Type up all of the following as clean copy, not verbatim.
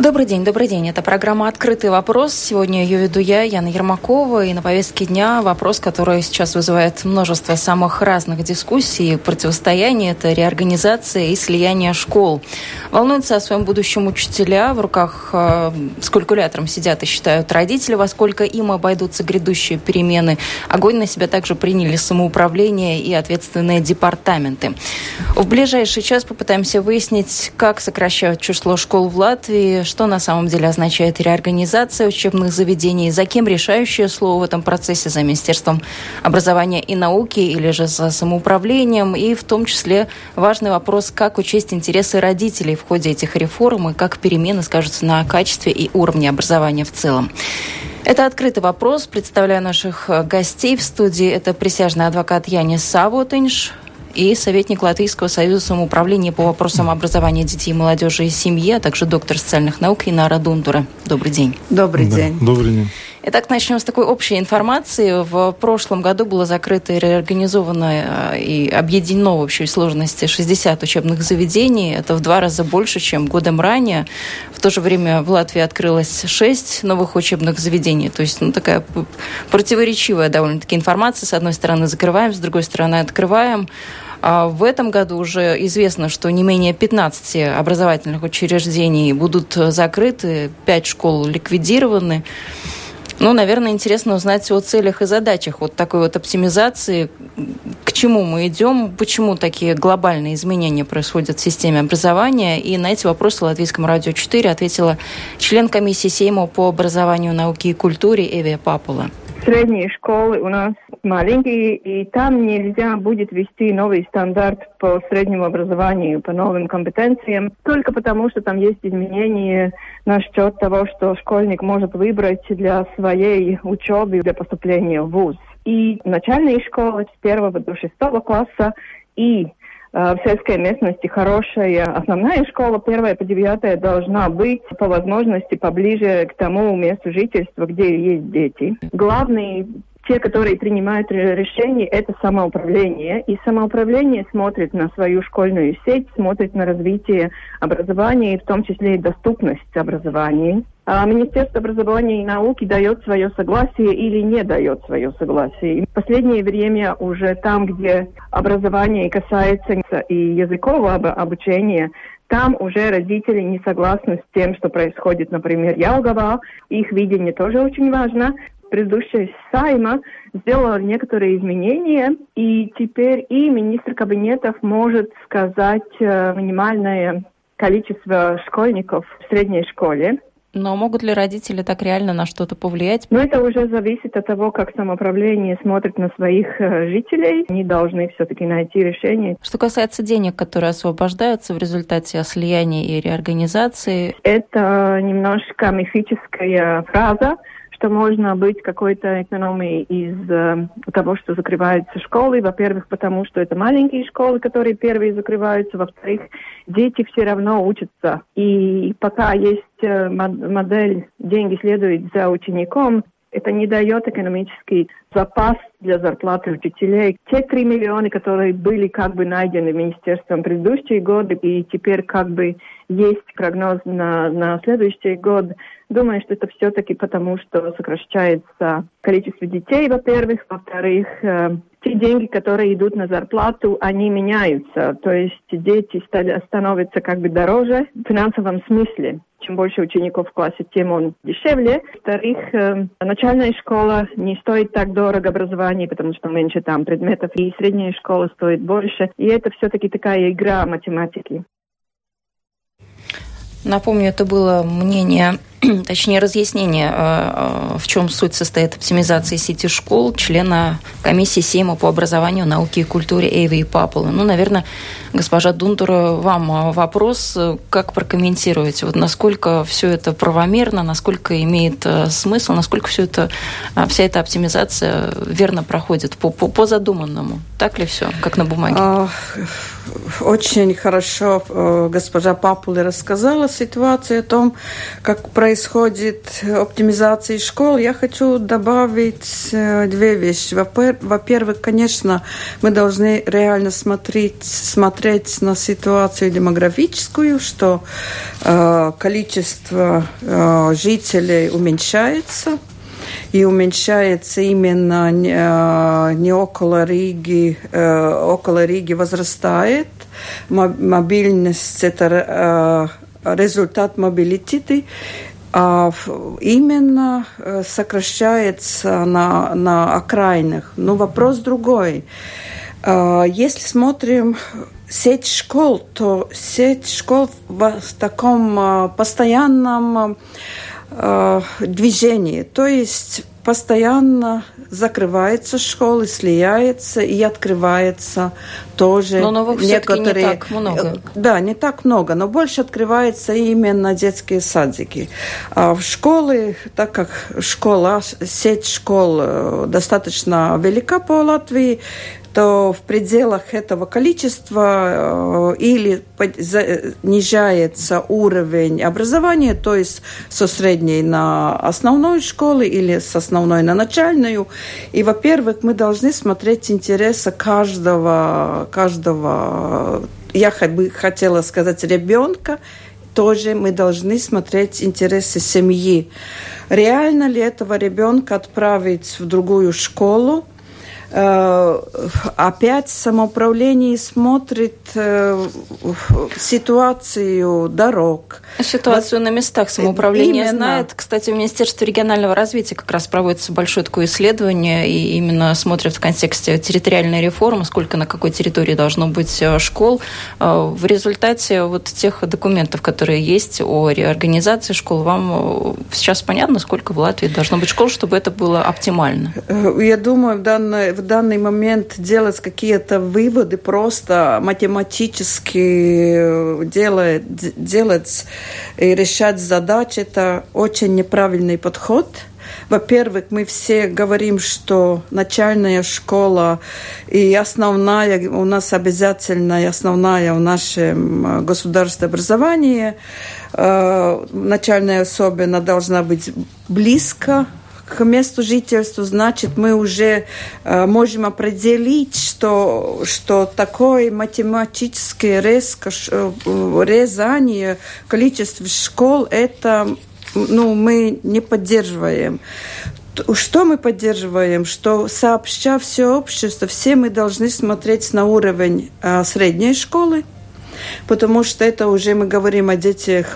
Добрый день, добрый день. Это программа «Открытый вопрос». Сегодня ее веду я, Яна Ермакова. И на повестке дня вопрос, который сейчас вызывает множество самых разных дискуссий и противостояний. Это реорганизация и слияние школ. Волнуются о своем будущем учителя. В руках с калькулятором сидят и считают родители, во сколько им обойдутся грядущие перемены. Огонь на себя также приняли самоуправление и ответственные департаменты. В ближайший час попытаемся выяснить, как сокращают число школ в Латвии, что на самом деле означает реорганизация учебных заведений, за кем решающее слово в этом процессе, за Министерством образования и науки или же за самоуправлением, и в том числе важный вопрос, как учесть интересы родителей в ходе этих реформ и как перемены скажутся на качестве и уровне образования в целом. Это «Открытый вопрос». Представляю наших гостей в студии. Это присяжный адвокат Янис Савотинш и советник Латвийского союза самоуправления по вопросам образования детей, молодежи и семьи, а также доктор социальных наук Инара Дундура. Добрый день. Добрый день. Добрый день. Итак, начнем с такой общей информации. В прошлом году было закрыто и реорганизовано и объединено в общей сложности 60 учебных заведений. Это в 2 раза больше, чем годом ранее. В то же время в Латвии открылось 6 новых учебных заведений. То есть такая противоречивая довольно-таки информация. С одной стороны закрываем, с другой стороны открываем. А в этом году уже известно, что не менее 15 образовательных учреждений будут закрыты, 5 школ ликвидированы. Наверное, интересно узнать о целях и задачах вот такой вот оптимизации. К чему мы идем, почему такие глобальные изменения происходят в системе образования. И на эти вопросы Латвийскому радио 4 ответила член комиссии Сейма по образованию, науке и культуре Эвия Папула. Средние школы у нас маленькие, и там нельзя будет ввести новый стандарт по среднему образованию, по новым компетенциям, только потому, что там есть изменения насчет того, что школьник может выбрать для своей учебы, для поступления в вуз. И начальные школы с 1 до 6 класса и в сельской местности хорошая основная школа, 1 по 9 должна быть по возможности поближе к тому месту жительства, где есть дети. Главные, те, которые принимают решения, это самоуправление. И самоуправление смотрит на свою школьную сеть, смотрит на развитие образования, и в том числе и доступность образования. А Министерство образования и науки дает свое согласие или не дает свое согласие. И в последнее время уже там, где образование касается и языкового обучения, там уже родители не согласны с тем, что происходит, например, в Jelgavā. Их видение тоже очень важно. Предыдущая Сайма сделала некоторые изменения, и теперь и министр кабинетов может сказать минимальное количество школьников в средней школе. Но могут ли родители так реально на что-то повлиять? Это уже зависит от того, как самоуправление смотрит на своих жителей. Они должны все-таки найти решение. Что касается денег, которые освобождаются в результате слияния и реорганизации? Это немножко мифическая фраза, что можно быть какой-то экономией из того, что закрываются школы. Во-первых, потому что это маленькие школы, которые первые закрываются. Во-вторых, дети все равно учатся. И пока есть модель «деньги следуют за учеником», это не дает экономический запас для зарплаты учителей. Те 3 миллиона, которые были найдены министерством в предыдущие годы, и теперь есть прогноз на следующий год, думаю, что это все-таки потому, что сокращается количество детей, во-первых. Во-вторых, те деньги, которые идут на зарплату, они меняются. То есть дети становятся дороже в финансовом смысле. Чем больше учеников в классе, тем он дешевле. Во-вторых, начальная школа не стоит так дорого образования, потому что меньше там предметов, и средняя школа стоит больше. И это все-таки такая игра математики. Напомню, это было мнение, точнее разъяснение, в чем суть состоит оптимизации сети школ, члена комиссии Сейма по образованию, науке и культуре Эвии Папулы. Наверное, госпожа Дундура, вам вопрос, как прокомментировать, насколько все это правомерно, насколько имеет смысл, насколько вся эта оптимизация верно проходит по задуманному. Так ли все, как на бумаге? Очень хорошо госпожа Папула рассказала ситуацию о том, как происходит происходит оптимизация школ, я хочу добавить две вещи. Во-первых, конечно, мы должны реально смотреть на ситуацию демографическую, что количество жителей уменьшается. И уменьшается именно не около Риги возрастает. Мобильность – это результат мобилитета, а именно сокращается на окраинах. Но вопрос другой. Если смотрим сеть школ, то сеть школ в таком постоянном движении, то есть постоянно закрываются школы, слияются и открывается тоже. Но новых некоторые... все-таки не так много. Да, не так много, но больше открывается именно детские садики. А в школы, так как сеть школ достаточно велика по Латвии, то в пределах этого количества или снижается уровень образования, то есть со средней на основную школу или с основной на начальную. И, во-первых, мы должны смотреть интересы каждого, я бы хотела сказать, ребенка. Тоже мы должны смотреть интересы семьи. Реально ли этого ребенка отправить в другую школу? Опять самоуправление смотрит ситуацию дорог. Ситуацию на местах самоуправление знает. Кстати, в Министерстве регионального развития как раз проводится большое такое исследование, и именно смотрят в контексте территориальной реформы, сколько на какой территории должно быть школ. В результате вот тех документов, которые есть о реорганизации школ, вам сейчас понятно, сколько в Латвии должно быть школ, чтобы это было оптимально? Я думаю, в данный момент делать какие-то выводы просто математически делать и решать задачи, это очень неправильный подход. Во-первых, мы все говорим, что начальная школа и основная, у нас обязательная основная в нашем государственном образовании, начальная особенно должна быть близко к месту жительства, значит, мы уже можем определить, что такое математическое резание количества школ, это мы не поддерживаем. Что мы поддерживаем? Что сообща все общество, все мы должны смотреть на уровень средней школы, потому что это уже мы говорим о детях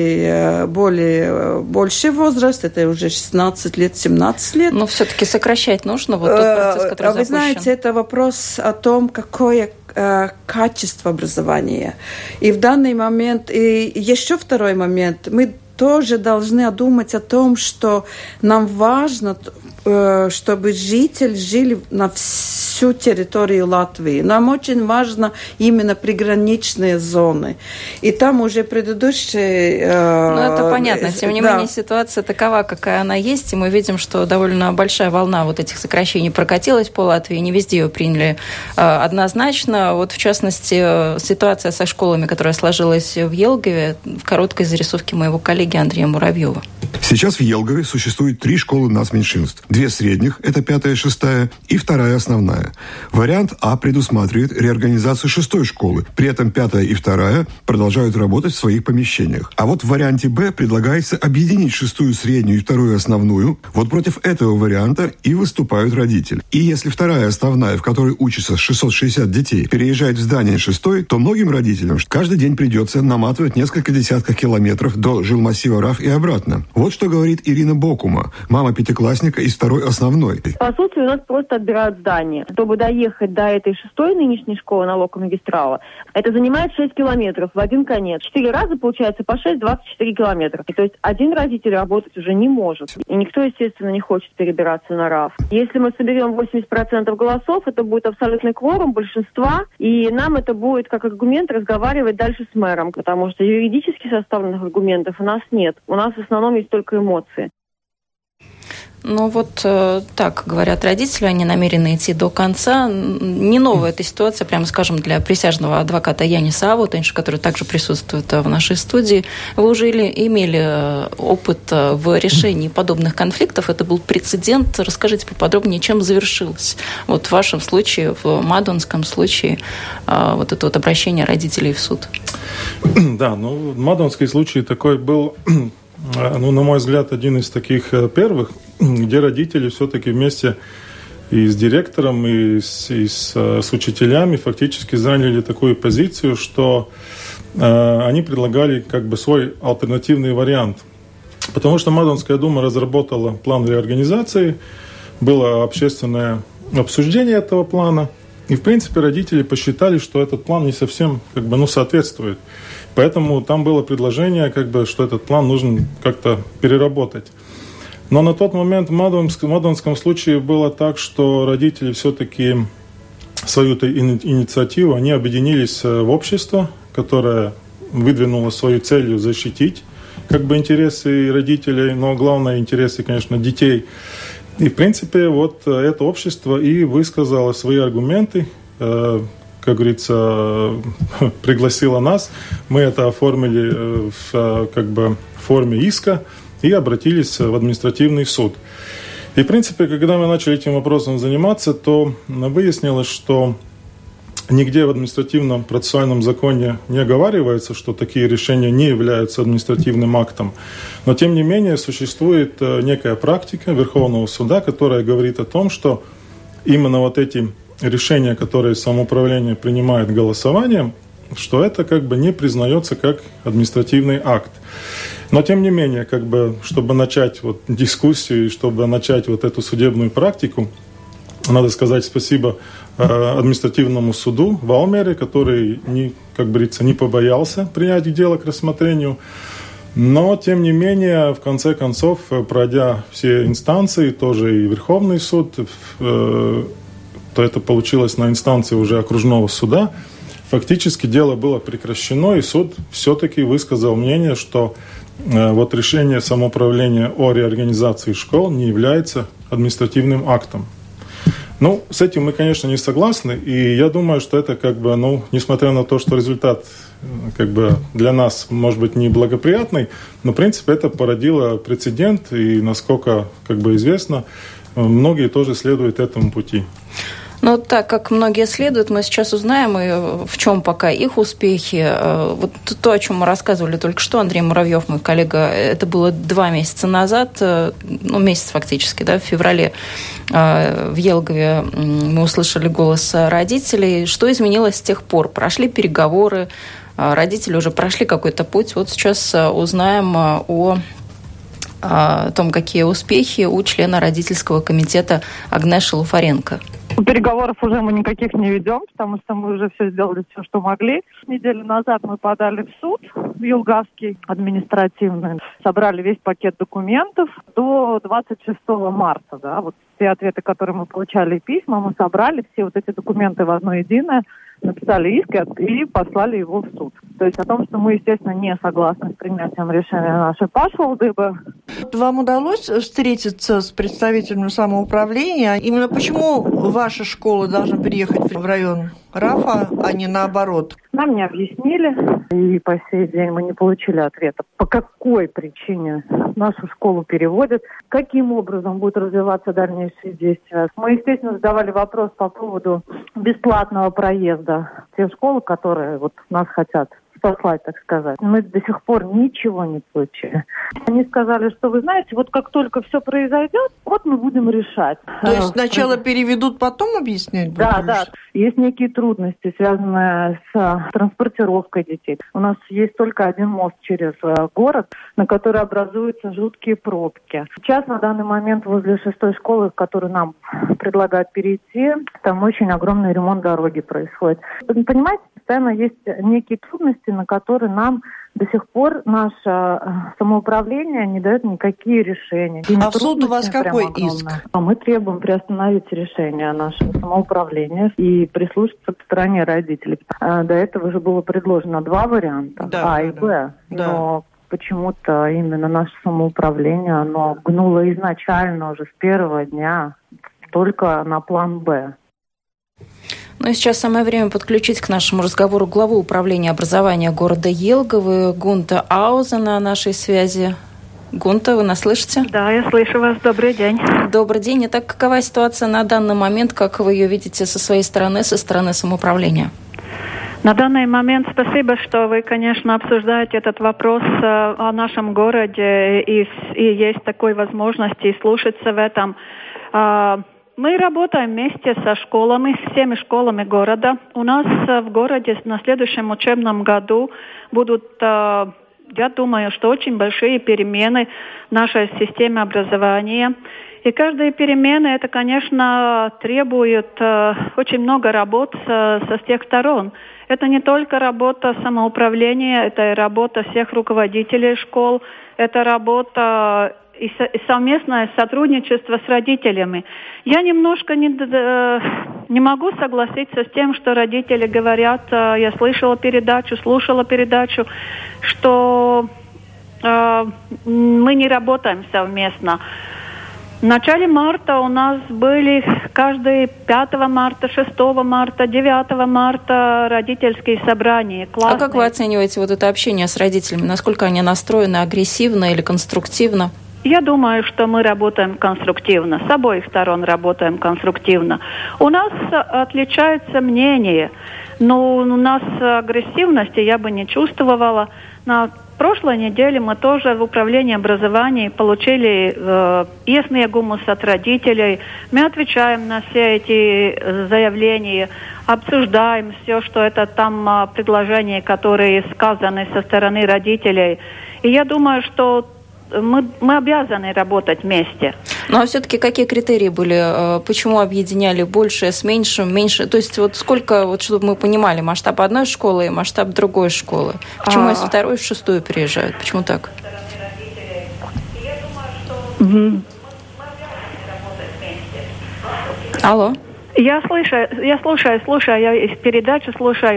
больший возраст, это уже 16 лет, 17 лет. Но все-таки сокращать нужно вот тот процесс, который запущен. Вы знаете, это вопрос о том, какое качество образования. И в данный момент, и еще второй момент, мы тоже должны думать о том, что нам важно, чтобы жители жили на всю территорию Латвии. Нам очень важно именно приграничные зоны. И там уже предыдущие... это понятно. Тем не менее, ситуация такова, какая она есть. И мы видим, что довольно большая волна вот этих сокращений прокатилась по Латвии. Не везде ее приняли однозначно. Вот, в частности, ситуация со школами, которая сложилась в Елгове, в короткой зарисовке моего коллеги Андрея Муравьева. Сейчас в Елгове существует 3 школы нацменьшинств. 2 средних, это 5-я и 6-я, и 2-я основная. Вариант А предусматривает реорганизацию 6-й школы. При этом 5-я и 2-я продолжают работать в своих помещениях. А вот в варианте Б предлагается объединить 6-ю среднюю и 2-ю основную. Вот против этого варианта и выступают родители. И если 2-я основная, в которой учатся 660 детей, переезжает в здание 6-й, то многим родителям каждый день придется наматывать несколько десятков километров до жилмассива РАФ и обратно. Вот что говорит Ирина Бокума, мама 5-классника из 2-й основной. По сути, у нас просто отбирают здание. Чтобы доехать до этой 6-й нынешней школы на Локомагистрала, это занимает 6 километров в один конец. 4 раза, получается, по 6, 24 километра. И то есть один родитель работать уже не может. И никто, естественно, не хочет перебираться на РАФ. Если мы соберем 80% голосов, это будет абсолютный кворум большинства, и нам это будет как аргумент разговаривать дальше с мэром, потому что юридически составленных аргументов у нас нет. У нас в основном есть только эмоции. Ну вот так говорят родители, они намерены идти до конца. Не новая эта ситуация, прямо скажем, для присяжного адвоката Яниса Авутенша, который также присутствует в нашей студии. Вы уже имели опыт в решении подобных конфликтов. Это был прецедент. Расскажите поподробнее, чем завершилось. Вот в вашем случае, в мадонском случае, вот это вот обращение родителей в суд. Да, мадонский случай такой был... на мой взгляд, один из таких первых, где родители все-таки вместе и с директором, и с учителями фактически заняли такую позицию, что они предлагали как бы свой альтернативный вариант. Потому что Мадонская дума разработала план реорганизации, было общественное обсуждение этого плана, и, в принципе, родители посчитали, что этот план не совсем соответствует. Поэтому там было предложение, что этот план нужно как-то переработать. Но на тот момент в мадонском случае было так, что родители все-таки свою инициативу, они объединились в общество, которое выдвинуло свою целью защитить интересы родителей, но главное интересы, конечно, детей. И, в принципе, вот это общество и высказало свои аргументы, как говорится, пригласила нас. Мы это оформили в форме иска и обратились в административный суд. И, в принципе, когда мы начали этим вопросом заниматься, то выяснилось, что нигде в административном процессуальном законе не оговаривается, что такие решения не являются административным актом. Но, тем не менее, существует некая практика Верховного суда, которая говорит о том, что именно вот эти решения, которые самоуправление принимает голосованием, что это не признается как административный акт. Но тем не менее, чтобы начать дискуссию и чтобы начать эту судебную практику, надо сказать спасибо административному суду в Алмере, который, не побоялся принять дело к рассмотрению. Но, тем не менее, в конце концов, пройдя все инстанции, тоже и Верховный суд, то это получилось на инстанции уже окружного суда, фактически дело было прекращено, и суд все-таки высказал мнение, что решение самоуправления о реорганизации школ не является административным актом. С этим мы, конечно, не согласны, и я думаю, что это несмотря на то, что результат для нас, может быть, не благоприятный, но, в принципе, это породило прецедент, и, насколько известно, многие тоже следуют этому пути. Но так как многие следуют, мы сейчас узнаем, и в чем пока их успехи. Вот то, о чем мы рассказывали только что, Андрей Муравьев, мой коллега, это было 2 месяца назад, месяц фактически, в феврале в Елгове мы услышали голос родителей. Что изменилось с тех пор? Прошли переговоры, родители уже прошли какой-то путь. Вот сейчас узнаем о том, какие успехи у члена родительского комитета Агнеши Луфаренко. Переговоров уже мы никаких не ведем, потому что мы уже все сделали, все, что могли. Неделю назад мы подали в суд, в Елгавский административный. Собрали весь пакет документов до 26 марта. Все ответы, которые мы получали, письма, мы собрали все эти документы в одно единое, написали иск и послали его в суд. То есть о том, что мы, естественно, не согласны с принятием решения нашей пашвалдыбы. Вам удалось встретиться с представителями самоуправления? Именно почему ваша школа должна переехать в район Рафа, а не наоборот? Нам не объяснили, и по сей день мы не получили ответа, по какой причине нашу школу переводят, каким образом будут развиваться дальнейшие действия. Мы, естественно, задавали вопрос по поводу бесплатного проезда в те школы, которые нас хотят послать, так сказать. Мы до сих пор ничего не получили. Они сказали, что вы знаете, как только все произойдет, мы будем решать. То есть сначала переведут, потом объяснять? Да. Есть некие трудности, связанные с транспортировкой детей. У нас есть только один мост через город, на который образуются жуткие пробки. Сейчас, на данный момент, возле 6-й школы, в которую нам предлагают перейти, там очень огромный ремонт дороги происходит. Понимаете, постоянно есть некие трудности, на которые нам до сих пор наше самоуправление не дает никакие решения. А в суд у вас какой иск? Мы требуем приостановить решение нашего самоуправления и прислушаться к стороне родителей. До этого же было предложено 2 варианта, и Б. Но почему-то именно наше самоуправление, оно гнуло изначально уже с первого дня только на план «Б». Ну и сейчас самое время подключить к нашему разговору главу управления образования города Елговы Гунта Ауза на нашей связи. Гунта, вы нас слышите? Да, я слышу вас. Добрый день. Добрый день. Итак, какова ситуация на данный момент, как вы ее видите со своей стороны, со стороны самоуправления? На данный момент спасибо, что вы, конечно, обсуждаете этот вопрос о нашем городе, и есть такой возможность и слушаться в этом. Мы работаем вместе со школами, с всеми школами города. У нас в городе на следующем учебном году будут, я думаю, что очень большие перемены в нашей системе образования. И каждая перемена, это, конечно, требует очень много работ со всех сторон. Это не только работа самоуправления, это и работа всех руководителей школ, это работа и совместное сотрудничество с родителями. Я немножко не могу согласиться с тем, что родители говорят, я слушала передачу, что мы не работаем совместно. В начале марта у нас были каждый 5 марта, 6 марта, 9 марта родительские собрания, классные. А как вы оцениваете вот это общение с родителями? Насколько они настроены агрессивно или конструктивно? Я думаю, что мы работаем конструктивно, с обоих сторон работаем конструктивно. У нас отличаются мнения, но у нас агрессивности я бы не чувствовала. На прошлой неделе мы тоже в управлении образования получили иесniegumus от родителей. Мы отвечаем на все эти заявления, обсуждаем все, что это там предложения, которые сказаны со стороны родителей. И я думаю, что мы обязаны работать вместе. Ну а все-таки какие критерии были? Почему объединяли большее с меньшим, меньше? То есть вот сколько, вот чтобы мы понимали, масштаб одной школы и масштаб другой школы? Почему из второй в шестую переезжают? Почему так? Алло. Я слушаю, я из передачи слушаю.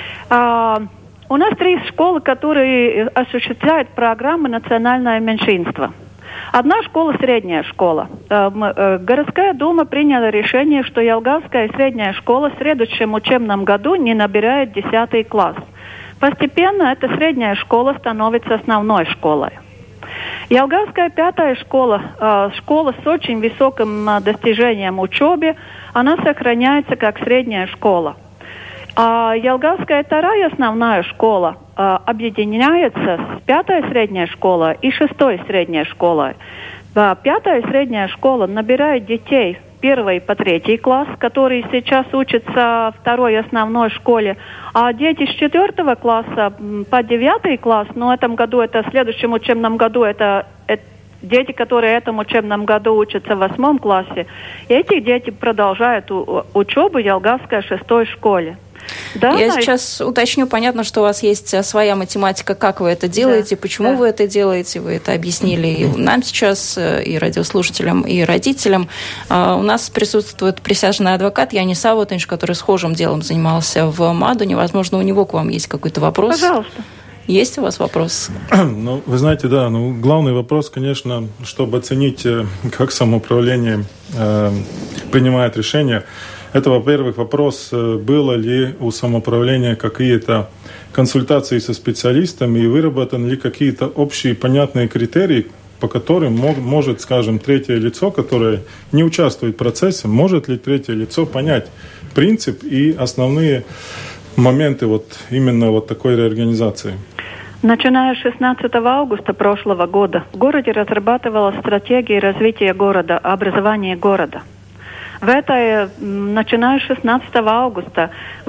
У нас 3 школы, которые осуществляют программы «Национальное меньшинство». Одна школа – средняя школа. Городская дума приняла решение, что Елгавская средняя школа в следующем учебном году не набирает 10 класс. Постепенно эта средняя школа становится основной школой. Елгавская 5-я школа, школа с очень высоким достижением учебы, она сохраняется как средняя школа. А Елгавская 2-я основная школа объединяется с 5-й средней школой и 6-й средней школой. 5-я средняя школа набирает детей 1 по 3 класс, которые сейчас учатся в 2-й основной школе, а дети с 4 класса по 9 класс, но в этом году, в следующем учебном году, это дети, которые в этом учебном году учатся в 8 классе, и эти дети продолжают учебу в Елгавской 6-й школе. Да, я сейчас уточню, понятно, что у вас есть своя математика, как вы это делаете, почему вы это делаете, вы это объяснили и нам сейчас, и радиослушателям, и родителям. У нас присутствует присяжный адвокат Янис Авотинш, который схожим делом занимался в Мадуне. Возможно, у него к вам есть какой-то вопрос. Пожалуйста. Есть у вас вопрос? Ну, вы знаете, да, главный вопрос, конечно, чтобы оценить, как самоуправление принимает решения. Это, во-первых, вопрос, было ли у самоуправления какие-то консультации со специалистами и выработаны ли какие-то общие понятные критерии, по которым может, скажем, третье лицо, которое не участвует в процессе, может ли третье лицо понять принцип и основные моменты именно такой реорганизации. Начиная с 16 августа прошлого года в городе разрабатывалась стратегия развития города, образования города. Начиная с 16 августа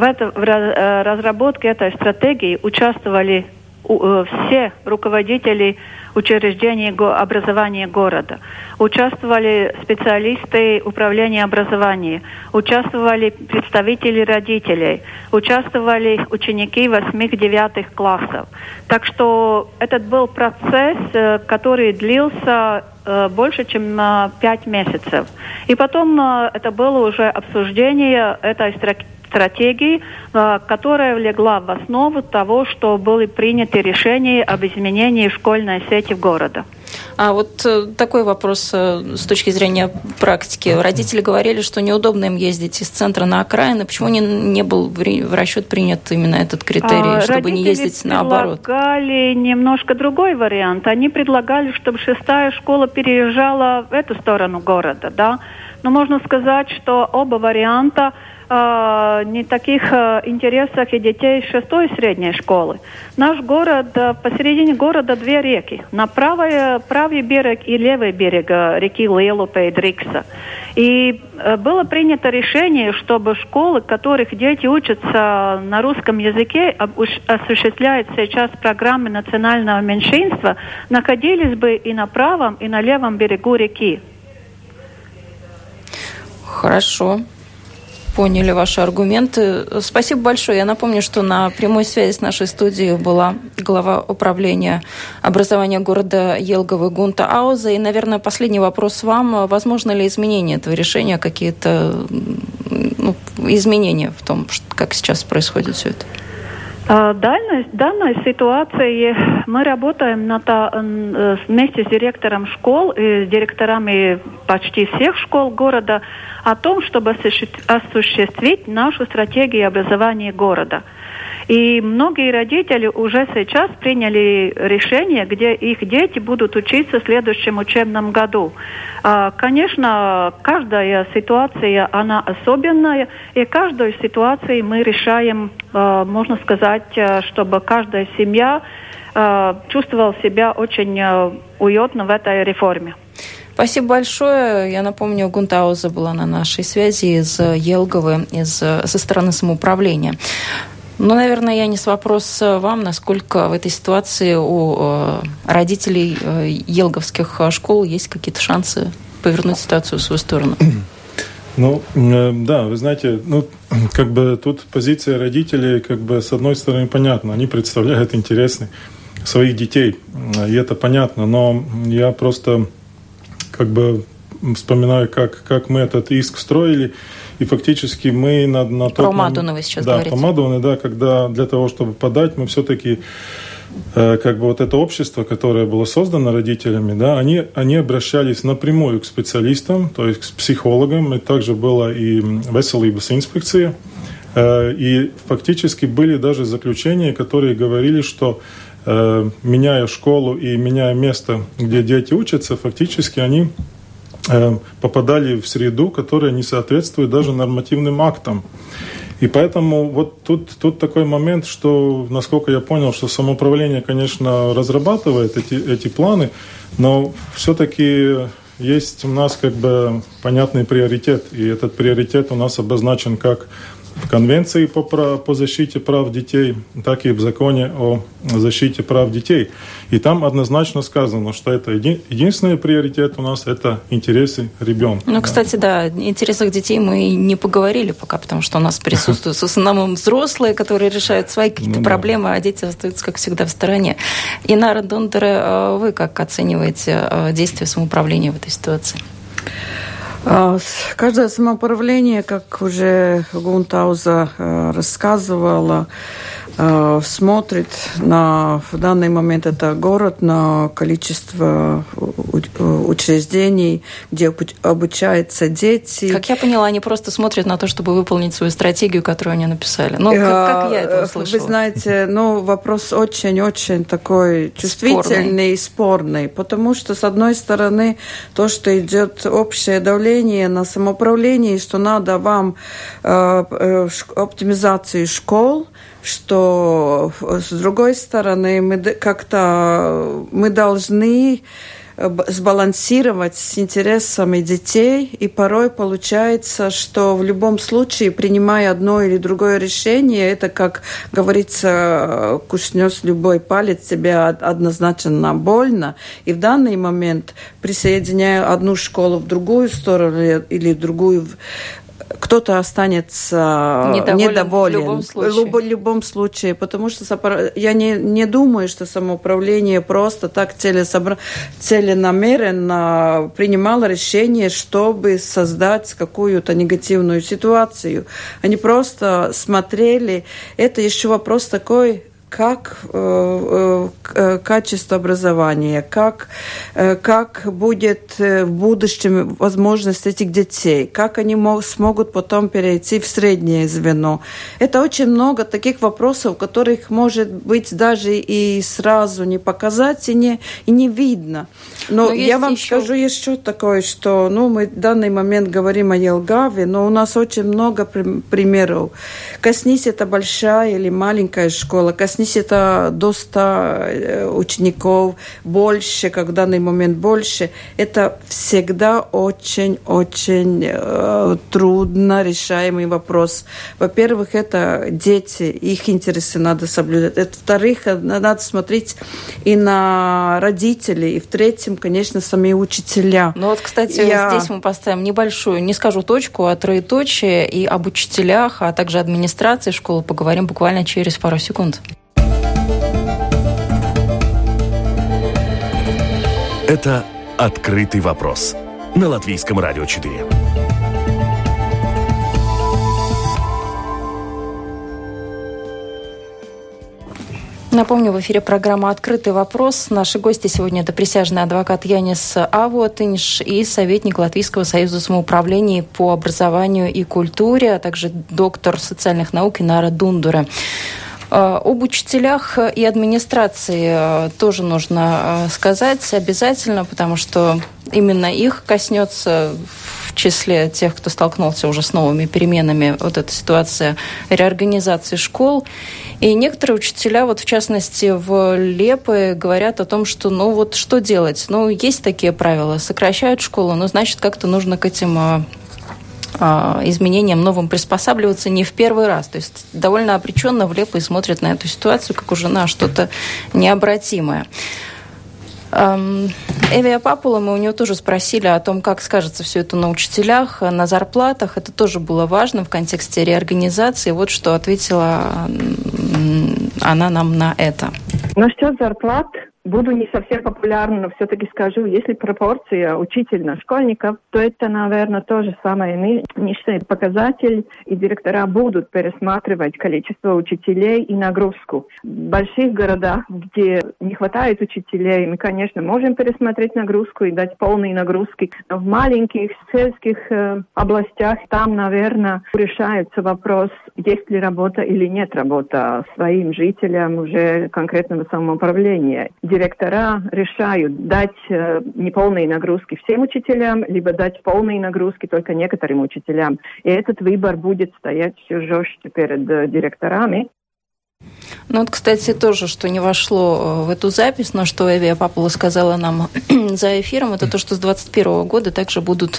в разработке этой стратегии участвовали все руководители учреждений образования города. Участвовали специалисты управления образования, участвовали представители родителей, участвовали ученики 8-9 классов. Так что этот был процесс, который длился больше, чем 5 месяцев. И потом это было уже обсуждение этой стратегии, которая легла в основу того, что были приняты решения об изменении школьной сети в городе. А вот такой вопрос с точки зрения практики. Родители говорили, что неудобно им ездить из центра на окраины. Почему не был в расчет принят именно этот критерий, чтобы не ездить наоборот? Родители предлагали немножко другой вариант. Они предлагали, чтобы 6-я школа переезжала в эту сторону города, да. Но можно сказать, что оба варианта не таких интересах и детей 6-й средней школы. Наш город, посередине города две реки. На правый берег и левый берег реки Lielupē и Driksa. И было принято решение, чтобы школы, в которых дети учатся на русском языке, осуществляют сейчас программы национального меньшинства, находились бы и на правом, и на левом берегу реки. Хорошо. Поняли ваши аргументы. Спасибо большое. Я напомню, что на прямой связи с нашей студией была глава управления образования города Елгова Гунта Ауза. И, наверное, последний вопрос вам. Возможно ли изменение этого решения, какие-то изменения в том, как сейчас происходит все это? В данной ситуации мы работаем вместе с директором школ и с директорами почти всех школ города о том, чтобы осуществить нашу стратегию образования города. И многие родители уже сейчас приняли решение, где их дети будут учиться в следующем учебном году. Конечно, каждая ситуация, она особенная, и каждую ситуацию мы решаем, можно сказать, чтобы каждая семья чувствовала себя очень уютно в этой реформе. Спасибо большое. Я напомню, Гунта Ауза была на нашей связи из Елговы, со стороны самоуправления. Ну, наверное, Янис, вопрос вам, насколько в этой ситуации у родителей елговских школ есть какие-то шансы повернуть ситуацию в свою сторону? Ну, да, вы знаете, тут позиция родителей, с одной стороны, понятна. Они представляют интересы своих детей, и это понятно, но я просто вспоминаю, как мы этот иск строили. И фактически мы на тот про Мадуна вы сейчас говорите. Про Мадуна, да, когда для того, чтобы подать, мы все-таки это общество, которое было создано родителями, да, они обращались напрямую к специалистам, то есть к психологам, и также была и Veselības инспекция, и фактически были даже заключения, которые говорили, что меняя школу и меняя место, где дети учатся, фактически они попадали в среду, которая не соответствует даже нормативным актам. И поэтому тут такой момент, что, насколько я понял, что самоуправление, конечно, разрабатывает эти планы, но все-таки есть у нас понятный приоритет. И этот приоритет у нас обозначен как в Конвенции по защите прав детей, так и в Законе о защите прав детей. И там однозначно сказано, что это единственный приоритет у нас – это интересы ребенка. Ну, кстати, да, о интересах детей мы не поговорили пока, потому что у нас присутствуют в основном взрослые, которые решают свои какие-то проблемы, а дети остаются, как всегда, в стороне. Инара Дондере, вы как оцениваете действия самоуправления в этой ситуации? Каждое самоуправление, как уже Гунта Ауза рассказывала, смотрит в данный момент это город, на количество учреждений, где обучаются дети. Как я поняла, они просто смотрят на то, чтобы выполнить свою стратегию, которую они написали. Ну, как я это услышала. Вы знаете, вопрос очень-очень такой чувствительный и спорный, потому что, с одной стороны, то, что идет общее давление на самоуправление, что надо вам оптимизации школ, что, с другой стороны, мы должны сбалансировать с интересами детей, и порой получается, что в любом случае, принимая одно или другое решение, это, как говорится, кушнешь любой палец, тебе однозначно больно, и в данный момент, присоединяя одну школу в другую сторону или другую кто-то останется недоволен в любом случае, потому что я не думаю, что самоуправление просто так целенамеренно принимало решение, чтобы создать какую-то негативную ситуацию. Они просто смотрели, это еще вопрос такой, как качество образования, как будет в будущем возможность этих детей, как они смогут потом перейти в среднее звено. Это очень много таких вопросов, которых, может быть, даже и сразу не показать и не видно. Но я вам скажу еще такое, что мы в данный момент говорим о Елгаве, но у нас очень много примеров. Коснись, это большая или маленькая школа, коснись, это до 100 учеников, больше, как в данный момент больше. Это всегда очень-очень трудно решаемый вопрос. Во-первых, это дети, их интересы надо соблюдать. Во-вторых, надо смотреть и на родителей. И в-третьем, конечно, сами учителя. Ну вот, кстати, здесь мы поставим небольшую, не скажу точку, а троеточие, и об учителях, а также администрации школы поговорим буквально через пару секунд. Это «Открытый вопрос» на Латвийском радио 4. Напомню, в эфире программа «Открытый вопрос». Наши гости сегодня – это присяжный адвокат Янис Авуотинш и советник Латвийского союза самоуправлений по образованию и культуре, а также доктор социальных наук Инара Дундуре. Об учителях и администрации тоже нужно сказать обязательно, потому что именно их коснется в числе тех, кто столкнулся уже с новыми переменами, вот эта ситуация реорганизации школ. И некоторые учителя, вот в частности в Лепе, говорят о том, что что делать? Есть такие правила, сокращают школу, но значит как-то нужно к этим изменениям новым приспосабливаться не в первый раз. То есть довольно обреченно в Лепе смотрят на эту ситуацию как уже на что-то необратимое. Эвия Папула, мы у нее тоже спросили о том, как скажется все это на учителях, на зарплатах. Это тоже было важно в контексте реорганизации. Вот что ответила она нам на это. Насчет зарплат буду не совсем популярна, но все-таки скажу, если пропорция учитель на школьников, то это, наверное, тоже самый низкий показатель, и директора будут пересматривать количество учителей и нагрузку. В больших городах, где не хватает учителей, мы, конечно, можем пересмотреть нагрузку и дать полные нагрузки, но в маленьких сельских областях там, наверное, решается вопрос, есть ли работа или нет работы своим жителям уже конкретного самоуправления. Директора решают дать неполные нагрузки всем учителям, либо дать полные нагрузки только некоторым учителям. И этот выбор будет стоять все жестче перед директорами. Кстати, тоже, что не вошло в эту запись, но что Эвия Папула сказала нам за эфиром, это то, что с 2021 года также будут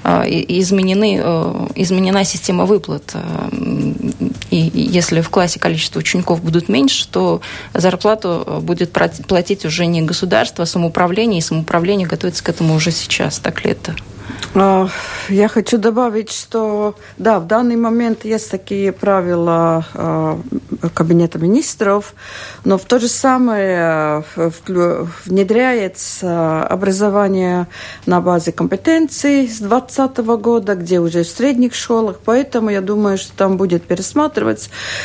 изменена система выплат. И если в классе количество учеников будут меньше, то зарплату будет платить уже не государство, а самоуправление, и самоуправление готовится к этому уже сейчас. Так ли это? Я хочу добавить, что да, в данный момент есть такие правила Кабинета министров, но в то же самое внедряется образование на базе компетенций с 2020 года, где уже в средних школах, поэтому я думаю, что там будет пересматриваться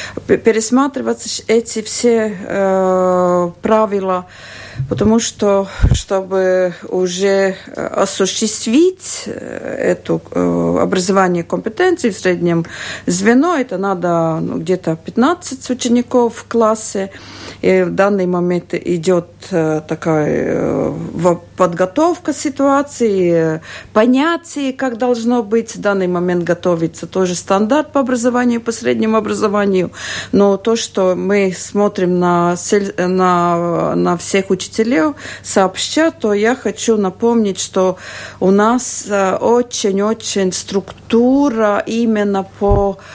эти все правила, потому что, чтобы уже осуществить это образование компетенций в среднем звено, это надо где-то 15 учеников в классе. И в данный момент идет такая подготовка ситуации, понятие, как должно быть. В данный момент готовится тоже стандарт по образованию, по среднему образованию. Но то, что мы смотрим на всех учителей сообща, то я хочу напомнить, что у нас очень-очень структура именно по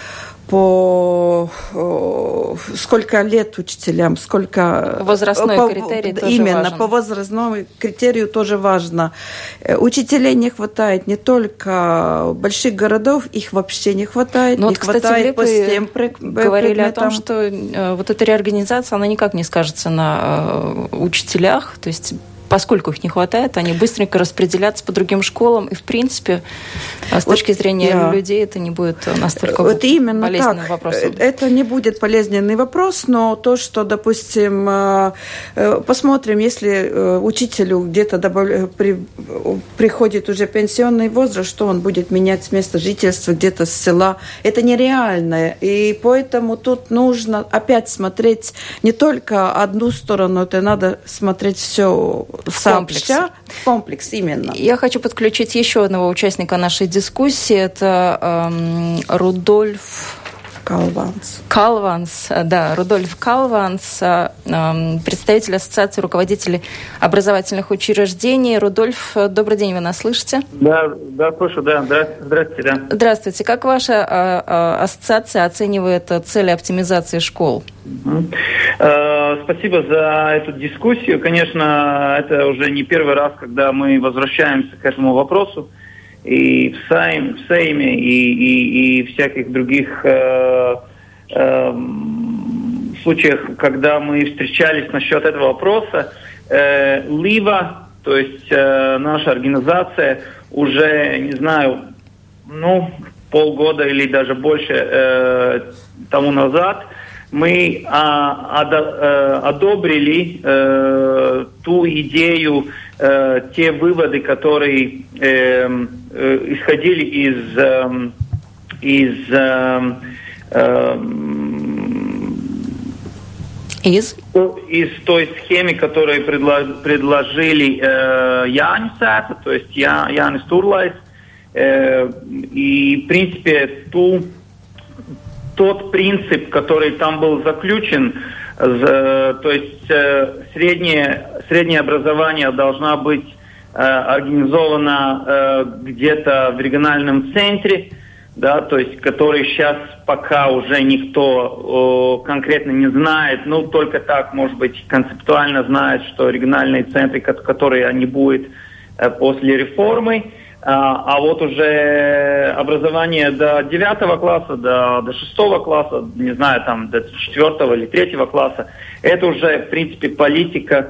по сколько лет учителям, сколько... Возрастной критерий тоже именно, важен. По возрастному критерию тоже важно. Учителей не хватает не только больших городов, их вообще не хватает. Ну, не вот, кстати, хватает по всем говорили о том, что вот эта реорганизация, она никак не скажется на учителях, то есть поскольку их не хватает, они быстренько распределятся по другим школам, и, в принципе, с точки зрения людей это не будет настолько болезненным вопросом. Это не будет болезненный вопрос, но то, что, допустим, посмотрим, если учителю где-то приходит уже пенсионный возраст, что он будет менять место жительства где-то с села, это нереально. И поэтому тут нужно опять смотреть не только одну сторону, это надо смотреть все в комплекс, именно. Я хочу подключить еще одного участника нашей дискуссии. Это Рудольф Калванс, Рудольф Калванс, представитель Ассоциации руководителей образовательных учреждений. Рудольф, добрый день, вы нас слышите? Да, слышу, да. Здравствуйте, да. Здравствуйте. Как ваша ассоциация оценивает цели оптимизации школ? Спасибо за эту дискуссию. Конечно, это уже не первый раз, когда мы возвращаемся к этому вопросу. И в Сейме, и всяких других случаях, когда мы встречались насчет этого вопроса, ЛИВА, то есть наша организация, уже, не знаю, полгода или даже больше тому назад, мы одобрили ту идею, те выводы, которые исходили из той схемы, которую предложили Jāņu Sēta, то есть Jānis Turlais, и, в принципе, тот принцип, который там был заключен, то есть среднее образование должно быть организовано где-то в региональном центре, да, то есть который сейчас пока уже никто конкретно не знает, только так, может быть, концептуально знает, что региональные центры, которые они будут после реформы. А вот уже образование до 9 класса, до 6 класса, не знаю, там до 4 или 3 класса, это уже, в принципе, политика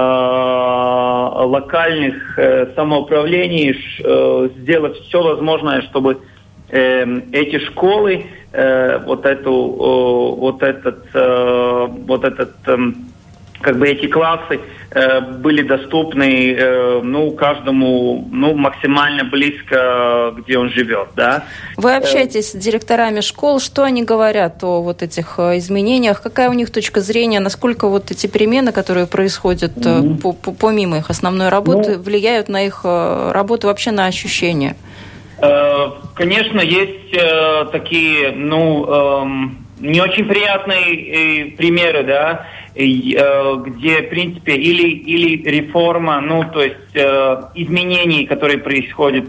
локальных самоуправлений, сделать все возможное, чтобы эти школы, эти классы были доступны каждому максимально близко, где он живет, да. Вы общаетесь с директорами школ, что они говорят о вот этих изменениях, какая у них точка зрения, насколько вот эти перемены, которые происходят помимо их основной работы, влияют на их работу, вообще на ощущения? Конечно, есть такие, не очень приятные примеры, да, где, в принципе, или реформа, то есть изменения, которые происходят,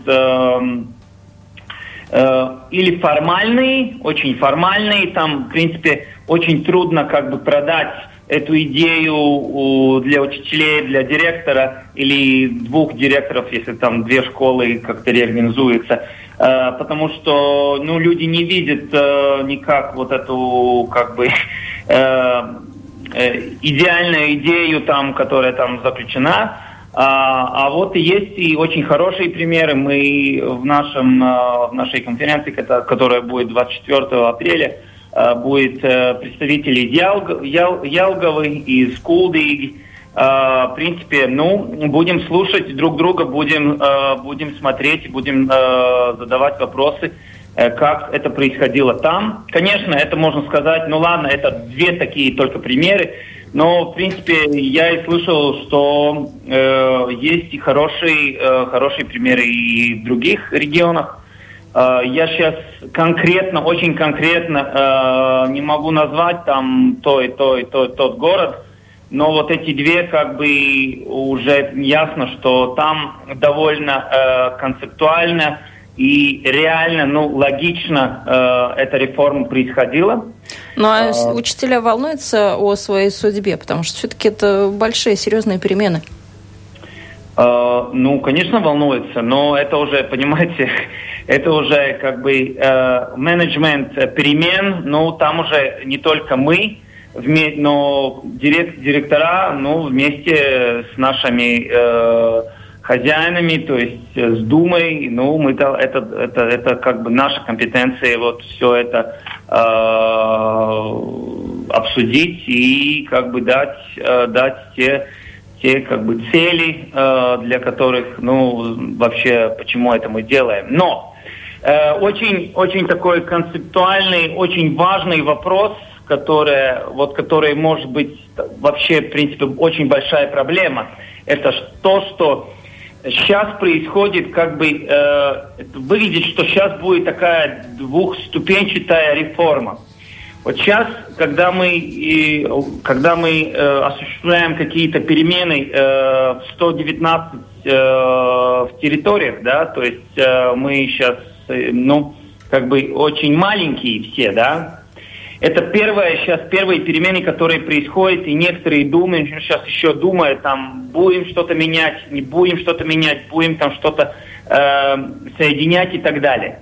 или формальные, очень формальные, там, в принципе, очень трудно продать эту идею для учителей, для директора или 2 директоров, если там 2 школы как-то реорганизуются, потому что, люди не видят никак вот эту, идеальную идею там, которая там заключена. А вот и есть и очень хорошие примеры. Мы в нашей конференции, которая будет 24 апреля, будет представители из Jelgavy, из Kuldīgi. В принципе, будем слушать друг друга, будем смотреть, будем задавать вопросы, как это происходило там. Конечно, это можно сказать, ладно, это 2 такие только примеры, но, в принципе, я и слышал, что есть и хорошие примеры и в других регионах. Я сейчас очень конкретно не могу назвать там тот город, но вот эти 2 уже ясно, что там довольно концептуально и реально, логично эта реформа происходила. Ну, а учителя волнуются о своей судьбе, потому что все-таки это большие, серьезные перемены. Конечно, волнуются, но это уже, понимаете, это уже менеджмент перемен, там уже не только мы, но директора, вместе с нашими хозяинами, то есть с Думой, это наша компетенция, все это обсудить и дать те цели, для которых, вообще, почему это мы делаем. Но очень такой концептуальный, очень важный вопрос, который может быть вообще, в принципе, очень большая проблема. Это то, что сейчас происходит, выглядит, что сейчас будет такая двухступенчатая реформа. Вот сейчас, когда мы осуществляем какие-то перемены в 119 в территориях, да, то есть мы сейчас, очень маленькие все, да. Это первые перемены, которые происходят, и некоторые думают, сейчас еще думают, будем что-то менять, не будем что-то менять, будем что-то соединять и так далее.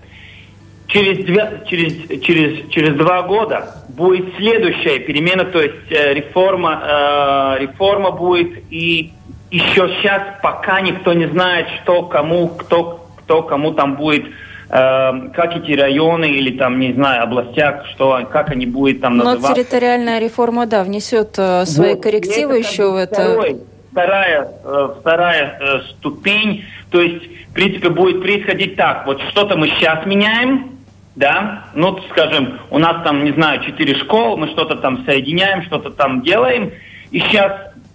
Через 2 года будет следующая перемена, то есть реформа будет, и еще сейчас пока никто не знает, кто кому там будет, как эти районы или областях, как они будут там называться. Но территориальная реформа, внесет свои коррективы еще в это. Вторая ступень, то есть, в принципе, будет происходить так. Вот что-то мы сейчас меняем, да, скажем, у нас 4 школы, мы что-то там соединяем, что-то там делаем, и сейчас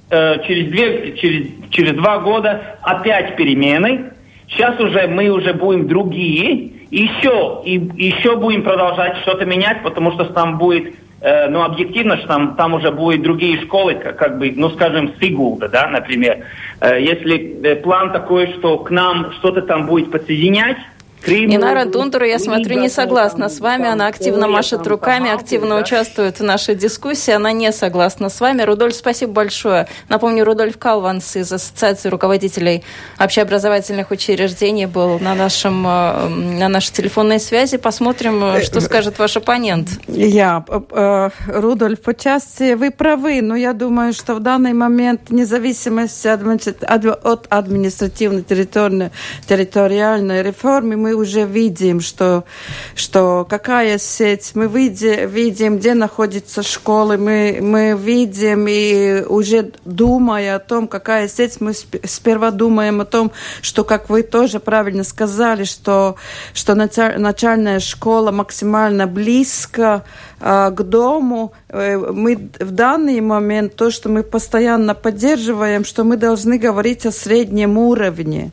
через 2 года опять перемены. Сейчас мы уже будем другие, и еще будем продолжать что-то менять, потому что там будет, объективно, что там уже будут другие школы, скажем, Сигулда, да, например. Если план такой, что к нам что-то там будет подсоединять, Инара Дундура, я смотрю, не согласна с вами. Она активно машет руками, активно участвует в нашей дискуссии. Она не согласна с вами. Рудольф, спасибо большое. Напомню, Рудольф Калванс из Ассоциации руководителей общеобразовательных учреждений был на нашей телефонной связи. Посмотрим, что скажет ваш оппонент. Рудольф, отчасти вы правы, но я думаю, что в данный момент независимость от административной территориальной реформы мы уже видим, что какая сеть, мы видим, где находятся школы, мы видим, и уже думая о том, какая сеть, мы сперва думаем о том, что, как вы тоже правильно сказали, что начальная школа максимально близко к дому. Мы в данный момент, то, что мы постоянно поддерживаем, что мы должны говорить о среднем уровне.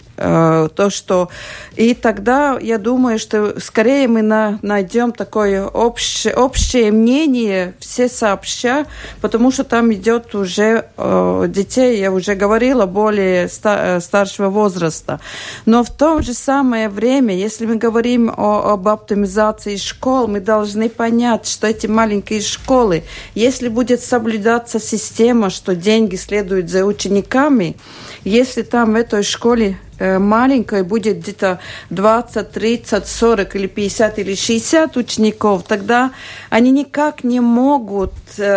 И тогда я думаю, что скорее мы найдем такое общее мнение, все сообща, потому что там идет уже детей, я уже говорила, более старшего возраста. Но в то же самое время, если мы говорим об оптимизации школ, мы должны понять, что эти маленькие школы, если будет соблюдаться система, что деньги следуют за учениками, если там в этой школе маленькой будет где-то 20, 30, 40 или 50 или 60 учеников, тогда они никак не могут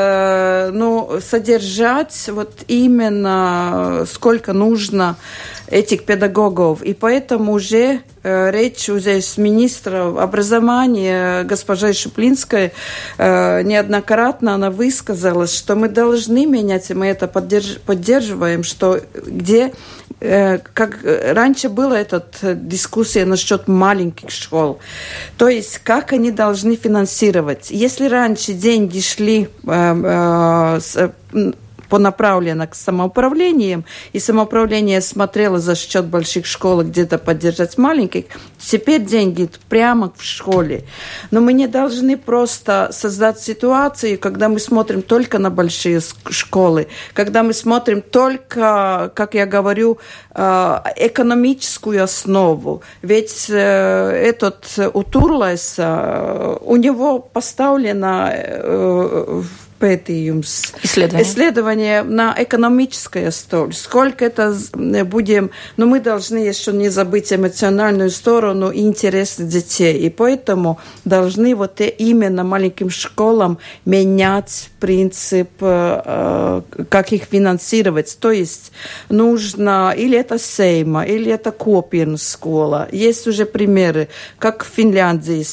содержать именно сколько нужно этих педагогов. И поэтому уже речь уже с министром образования госпожой Шуплинской неоднократно она высказалась, что мы должны менять, и мы это поддерживаем, что где как раньше была эта дискуссия насчет маленьких школ. То есть, как они должны финансировать. Если раньше деньги шли направлено к самоуправлениям, и самоуправление смотрело за счет больших школ где-то поддержать маленьких. Теперь деньги прямо в школе. Но мы не должны просто создать ситуацию, когда мы смотрим только на большие школы, когда мы смотрим только, как я говорю, экономическую основу. Ведь этот у Турлайса, у него поставлено исследование на экономической основе. Сколько это будем... Но мы должны еще не забыть эмоциональную сторону и интересы детей. И поэтому должны вот именно маленьким школам менять принцип, как их финансировать. То есть нужно... Или это Сейма, или это Копирна школа. Есть уже примеры, как в Финляндии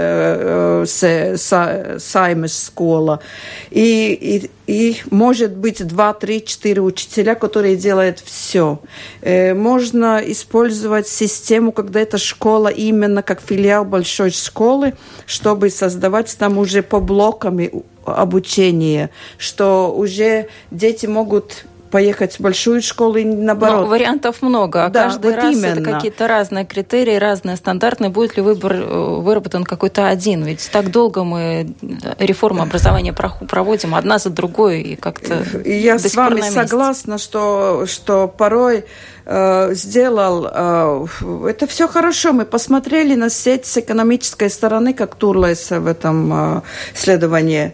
Саймес школа. И может быть 2, 3, 4 учителя, которые делают все. Можно использовать систему, когда эта школа именно как филиал большой школы, чтобы создавать там уже по блокам обучение, что уже дети могут поехать в большую школу и наоборот. Но вариантов много, а да, каждый вот раз именно. Это какие-то разные критерии, разные стандарты. Будет ли выбор выработан какой-то один? Ведь так долго мы реформу образования проводим одна за другой и как-то я с вами согласна, что порой сделал... это все хорошо. Мы посмотрели на сеть с экономической стороны, как Турлайса в этом исследовании.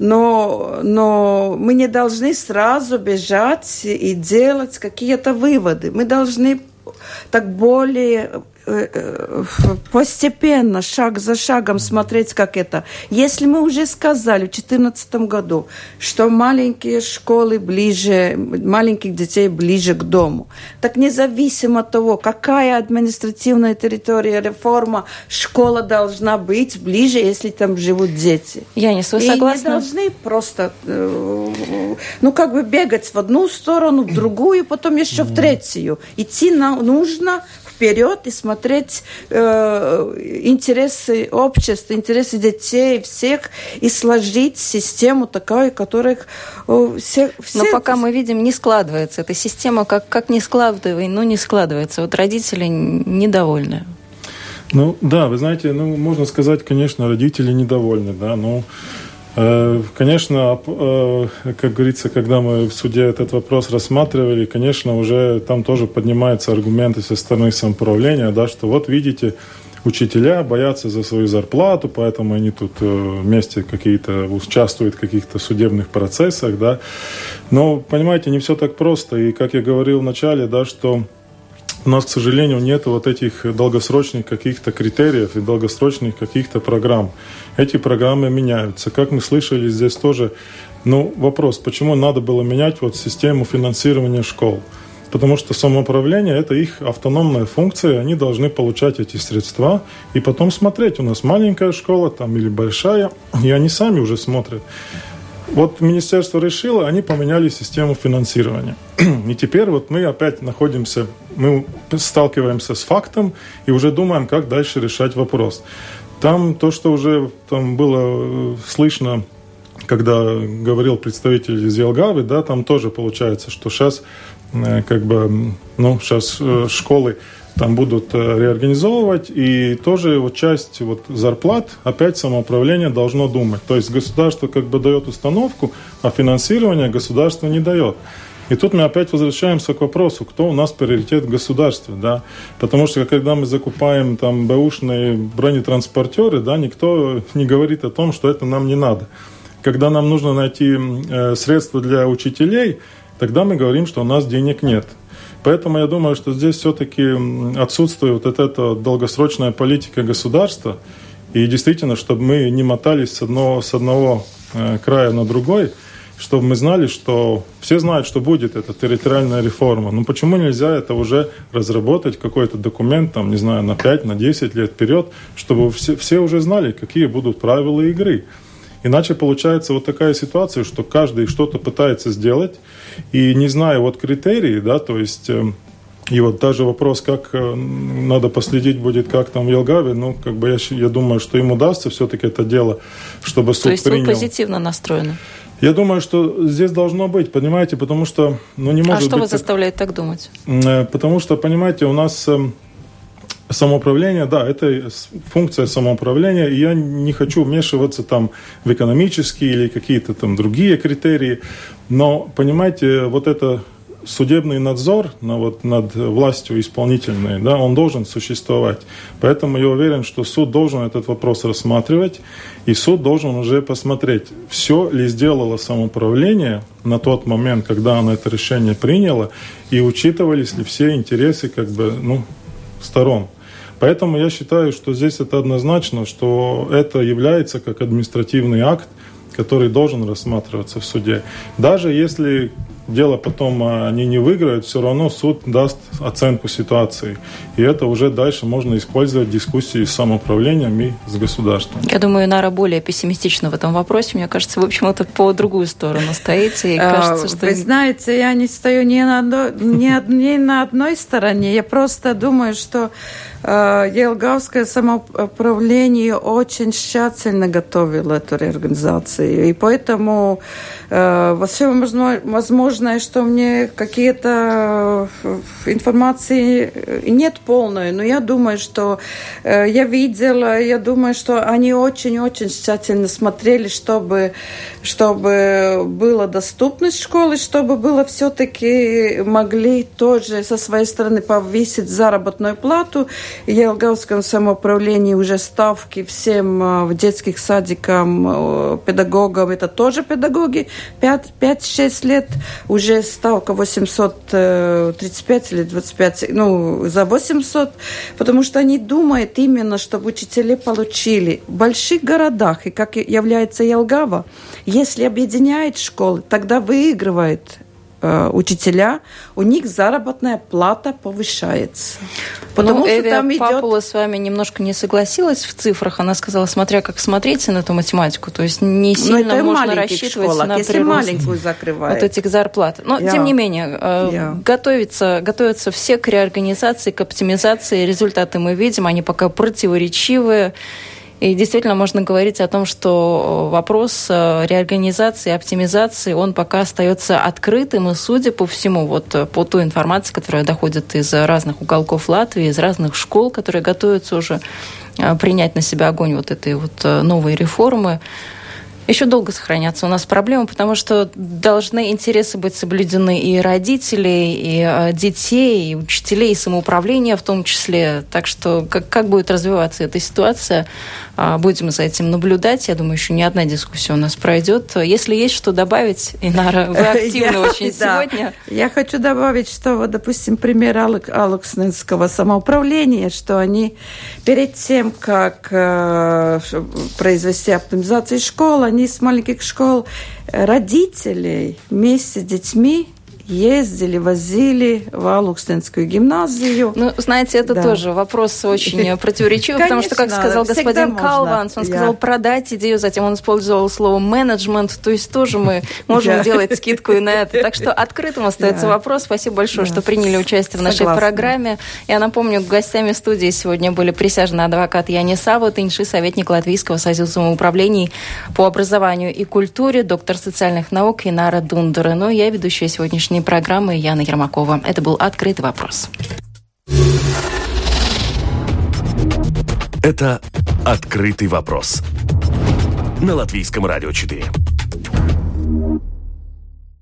Но мы не должны сразу бежать и делать какие-то выводы. Мы должны так более постепенно, шаг за шагом смотреть, как это. Если мы уже сказали в 2014 году, что маленькие школы ближе, маленьких детей ближе к дому, так независимо от того, какая административная территория, реформа, школа должна быть ближе, если там живут дети. Янис, вы согласны? И не должны просто бегать в одну сторону, в другую, потом еще в третью. Идти нужно вперед и смотреть интересы общества, интересы детей, всех, и сложить систему такую, которых все... Но пока мы видим, не складывается. Эта система как не складывай, но не складывается. Вот родители недовольны. Ну, да, вы знаете, можно сказать, конечно, родители недовольны, да, но... Конечно, как говорится, когда мы в суде этот вопрос рассматривали, конечно, уже там тоже поднимаются аргументы со стороны самоуправления, да, что вот видите, учителя боятся за свою зарплату, поэтому они тут вместе участвуют в каких-то судебных процессах, да. Но, понимаете, не все так просто. И, как я говорил вначале, да, что у нас, к сожалению, нет вот этих долгосрочных каких-то критериев и долгосрочных каких-то программ. Эти программы меняются. Как мы слышали здесь тоже, вопрос, почему надо было менять вот систему финансирования школ? Потому что самоуправление – это их автономная функция, они должны получать эти средства и потом смотреть, у нас маленькая школа там или большая, и они сами уже смотрят. Вот министерство решило, они поменяли систему финансирования. И теперь вот мы опять мы сталкиваемся с фактом и уже думаем, как дальше решать вопрос. Там то, что уже там было слышно, когда говорил представитель из Елгавы, да, там тоже получается, что сейчас школы там будут реорганизовывать, и тоже вот часть зарплат опять самоуправление должно думать. То есть государство дает установку, а финансирование государство не дает. И тут мы опять возвращаемся к вопросу, кто у нас приоритет в государстве, да? Потому что когда мы закупаем там бэушные бронетранспортеры, да, никто не говорит о том, что это нам не надо. Когда нам нужно найти средства для учителей, тогда мы говорим, что у нас денег нет. Поэтому я думаю, что здесь все-таки отсутствует вот эта долгосрочная политика государства. И действительно, чтобы мы не мотались с одного края на другой, чтобы мы знали, что все знают, что будет эта территориальная реформа. Но почему нельзя это уже разработать, какой-то документ, там, не знаю, на 5, на 10 лет вперед, чтобы все уже знали, какие будут правила игры. Иначе получается вот такая ситуация, что каждый что-то пытается сделать, и не зная критерии, да, то есть, и вот даже вопрос, как надо последить будет, как там в Елгаве, я думаю, что им удастся все-таки это дело, чтобы суд принял. То есть вы позитивно настроены? Я думаю, что здесь должно быть, понимаете, потому что не может быть... А что вас заставляет так думать? Потому что, понимаете, у нас самоуправление, да, это функция самоуправления, и я не хочу вмешиваться там в экономические или какие-то там другие критерии, но, понимаете, вот это судебный надзор над властью исполнительной, да, он должен существовать. Поэтому я уверен, что суд должен этот вопрос рассматривать, и суд должен уже посмотреть, все ли сделало самоуправление на тот момент, когда оно это решение приняло, и учитывались ли все интересы сторон. Поэтому я считаю, что здесь это однозначно, что это является как административный акт, который должен рассматриваться в суде. Даже если дело потом они не выиграют, все равно суд даст оценку ситуации. И это уже дальше можно использовать в дискуссии с самоуправлением и с государством. Я думаю, Нара более пессимистична в этом вопросе. Мне кажется, вы почему-то по другую сторону стоите. И кажется, что... Вы знаете, я не стою ни на одной стороне. Я просто думаю, что Елгавское самоуправление очень тщательно готовило эту реорганизацию. И поэтому во всем возможно, что мне какие-то информации нет полной, но я думаю, что я видела, я думаю, что они очень-очень тщательно смотрели, чтобы была доступность школы, чтобы было все-таки могли тоже со своей стороны повысить заработную плату. В Елгавском самоуправлении уже ставки всем в детских садиках педагогам, это тоже педагоги, 5-6 лет, уже ставка 835 или 25, за 800, потому что они думают именно, чтобы учителя получили в больших городах, и как является Елгава, если объединяет школы, тогда выигрывает учителя, у них заработная плата повышается. Потому что там Папула с вами немножко не согласилась в цифрах. Она сказала, смотря как смотреть на эту математику, то есть не сильно можно рассчитывать школах, на если маленькую закрывают. Вот этих зарплат. Но, тем не менее, готовятся все к реорганизации, к оптимизации. Результаты мы видим, они пока противоречивые. И действительно можно говорить о том, что вопрос реорганизации, оптимизации, он пока остается открытым. И судя по всему, по той информации, которая доходит из разных уголков Латвии, из разных школ, которые готовятся уже принять на себя огонь этой новой реформы, еще долго сохранятся у нас проблемы, потому что должны интересы быть соблюдены и родителей, и детей, и учителей, и самоуправления в том числе. Так что как будет развиваться эта ситуация, будем за этим наблюдать. Я думаю, еще не одна дискуссия у нас пройдет. Если есть что добавить, Инара, вы активны очень сегодня. Я хочу добавить, что, допустим, пример Алуксненского самоуправления, что они перед тем, как произвести оптимизацию школ, они с маленьких школ родителей вместе с детьми ездили, возили в Алукстенскую гимназию. Знаете, это тоже вопрос очень противоречивый, потому что, как сказал господин Калванс, он сказал продать идею, затем он использовал слово менеджмент, то есть тоже мы можем делать скидку и на это. Так что открытым остается вопрос. Спасибо большое, что приняли участие в нашей программе. Я напомню, гостями студии сегодня были присяжный адвокат Янис Авутиньш и советник Латвийского союза самоуправлений по образованию и культуре, доктор социальных наук Инара Дундура. Я ведущая сегодняшней программы Яна Ермакова. Это был «Открытый вопрос». Это «Открытый вопрос» на Латвийском радио 4.